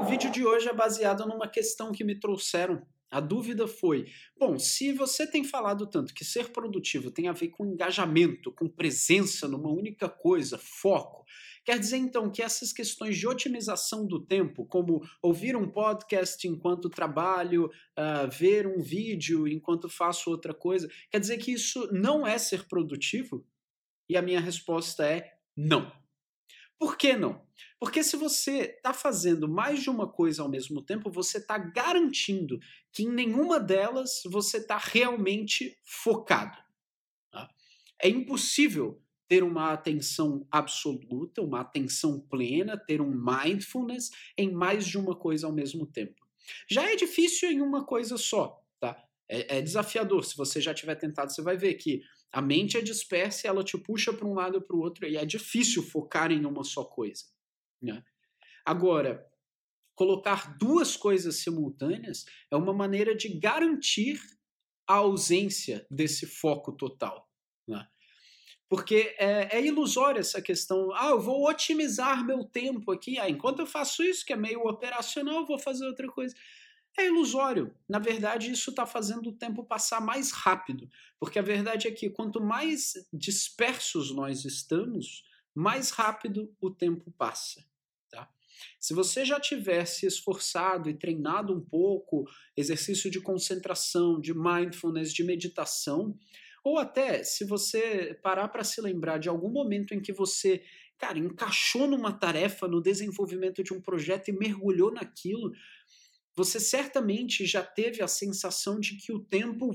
O vídeo de hoje é baseado numa questão que me trouxeram. A dúvida foi: bom, se você tem falado tanto que ser produtivo tem a ver com engajamento, com presença numa única coisa, foco, quer dizer então que essas questões de otimização do tempo, como ouvir um podcast enquanto trabalho, ver um vídeo enquanto faço outra coisa, quer dizer que isso não é ser produtivo? E a minha resposta é não. Por que não? Porque se você está fazendo mais de uma coisa ao mesmo tempo, você está garantindo que em nenhuma delas você está realmente focado. Tá? É impossível ter uma atenção absoluta, uma atenção plena, ter um mindfulness em mais de uma coisa ao mesmo tempo. Já é difícil em uma coisa só, tá? É desafiador. Se você já tiver tentado, você vai ver que a mente é dispersa e ela te puxa para um lado e para o outro, e é difícil focar em uma só coisa. Né? Agora, colocar duas coisas simultâneas é uma maneira de garantir a ausência desse foco total. Né? Porque é ilusória essa questão, eu vou otimizar meu tempo aqui, enquanto eu faço isso, que é meio operacional, eu vou fazer outra coisa. É ilusório. Na verdade, isso está fazendo o tempo passar mais rápido. Porque a verdade é que quanto mais dispersos nós estamos, mais rápido o tempo passa. Tá? Se você já tiver se esforçado e treinado um pouco, exercício de concentração, de mindfulness, de meditação, ou até se você parar para se lembrar de algum momento em que você, cara, encaixou numa tarefa, no desenvolvimento de um projeto e mergulhou naquilo, você certamente já teve a sensação de que o tempo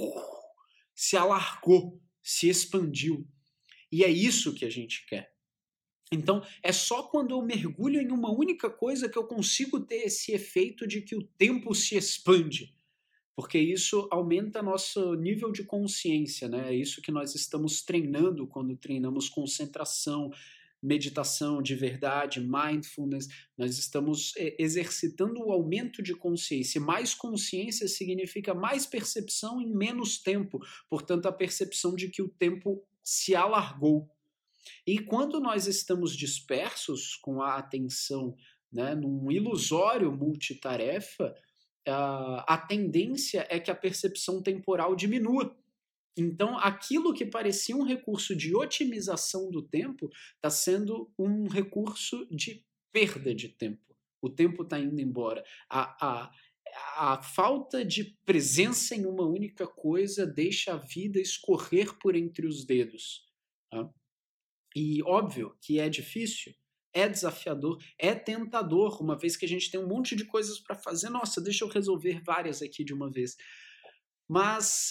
se alargou, se expandiu. E é isso que a gente quer. Então, é só quando eu mergulho em uma única coisa que eu consigo ter esse efeito de que o tempo se expande. Porque isso aumenta nosso nível de consciência, né? É isso que nós estamos treinando quando treinamos concentração, meditação de verdade, mindfulness. Nós estamos exercitando o aumento de consciência. Mais consciência significa mais percepção em menos tempo. Portanto, a percepção de que o tempo se alargou. E quando nós estamos dispersos com a atenção, né, num ilusório multitarefa, a tendência é que a percepção temporal diminua. Então, aquilo que parecia um recurso de otimização do tempo está sendo um recurso de perda de tempo. O tempo está indo embora. A falta de presença em uma única coisa deixa a vida escorrer por entre os dedos. Tá? E óbvio que é difícil, é desafiador, é tentador, uma vez que a gente tem um monte de coisas para fazer. Nossa, deixa eu resolver várias aqui de uma vez. Mas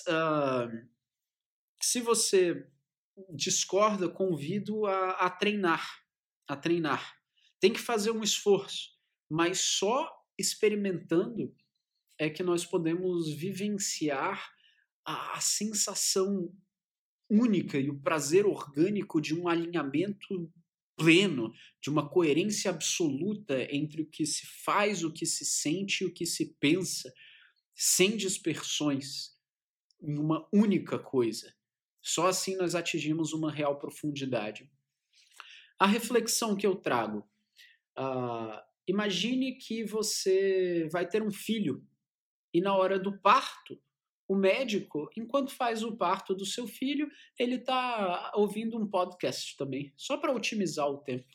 se você discorda, convido a treinar. A treinar. Tem que fazer um esforço, mas só experimentando é que nós podemos vivenciar a sensação única e o prazer orgânico de um alinhamento pleno, de uma coerência absoluta entre o que se faz, o que se sente e o que se pensa, sem dispersões, em uma única coisa. Só assim nós atingimos uma real profundidade. A reflexão que eu trago. Imagine que você vai ter um filho e na hora do parto, o médico, enquanto faz o parto do seu filho, ele está ouvindo um podcast também, só para otimizar o tempo.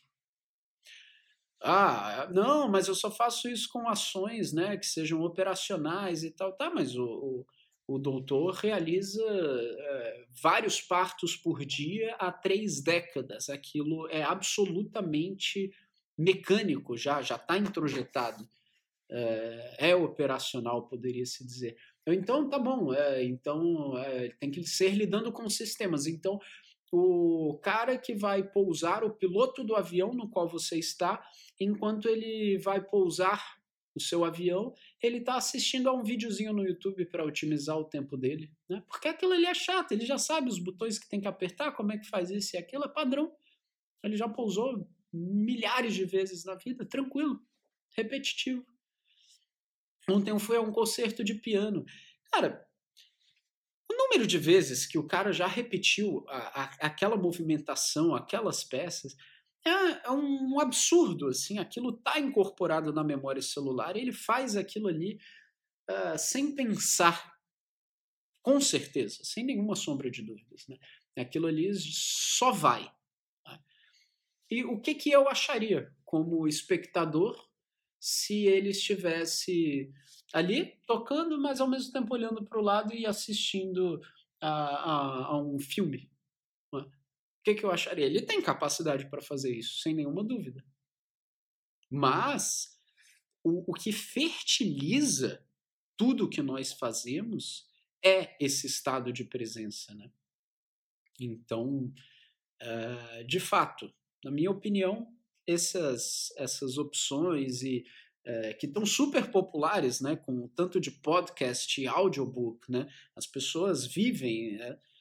Não, mas eu só faço isso com ações, né, que sejam operacionais e tal. Tá, mas o doutor realiza vários partos por dia há 3 décadas. Aquilo é absolutamente mecânico, já está introjetado. É operacional, poderia-se dizer. Então, tá bom, tem que ser lidando com sistemas. Então, o cara que vai pousar, o piloto do avião no qual você está, enquanto ele vai pousar o seu avião, ele está assistindo a um videozinho no YouTube para otimizar o tempo dele. Né? Porque aquilo ali é chato, ele já sabe os botões que tem que apertar, como é que faz isso e aquilo, é padrão. Ele já pousou milhares de vezes na vida, tranquilo, repetitivo. Ontem eu fui a um concerto de piano. Cara, o número de vezes que o cara já repetiu aquela movimentação, aquelas peças, é um absurdo, assim, aquilo está incorporado na memória celular e ele faz aquilo ali sem pensar, com certeza, sem nenhuma sombra de dúvidas, né? Aquilo ali só vai. Tá? E o que, que eu acharia como espectador se ele estivesse ali tocando, mas ao mesmo tempo olhando para o lado e assistindo a um filme? Né? O que, que eu acharia? Ele tem capacidade para fazer isso, sem nenhuma dúvida. Mas o que fertiliza tudo que nós fazemos é esse estado de presença, né? Então, de fato, na minha opinião, essas opções que estão super populares, né, com o tanto de podcast e audiobook, né, as pessoas vivem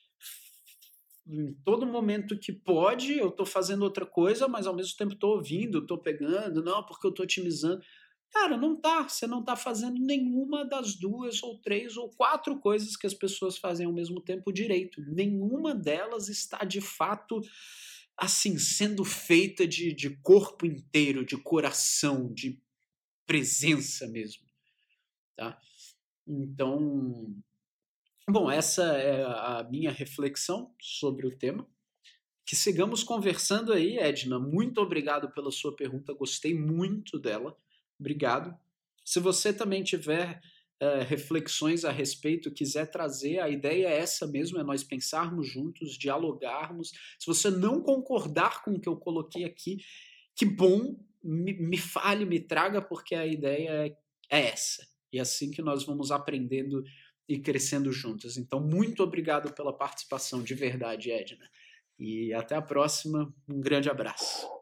em todo momento que pode, eu estou fazendo outra coisa, mas ao mesmo tempo estou ouvindo, estou pegando, não, porque eu estou otimizando. Cara, não tá. Você não está fazendo nenhuma das 2 ou 3 ou 4 coisas que as pessoas fazem ao mesmo tempo direito. Nenhuma delas está de fato assim sendo feita de corpo inteiro, de coração, de presença mesmo, tá? Então, bom, essa é a minha reflexão sobre o tema. Que sigamos conversando aí, Edna. Muito obrigado pela sua pergunta, gostei muito dela. Obrigado. Se você também tiver reflexões a respeito, quiser trazer, a ideia é essa mesmo, é nós pensarmos juntos, dialogarmos. Se você não concordar com o que eu coloquei aqui, que bom, me fale, me traga, porque a ideia é essa. E é assim que nós vamos aprendendo e crescendo juntos. Então, muito obrigado pela participação, de verdade, Edna. E até a próxima. Um grande abraço.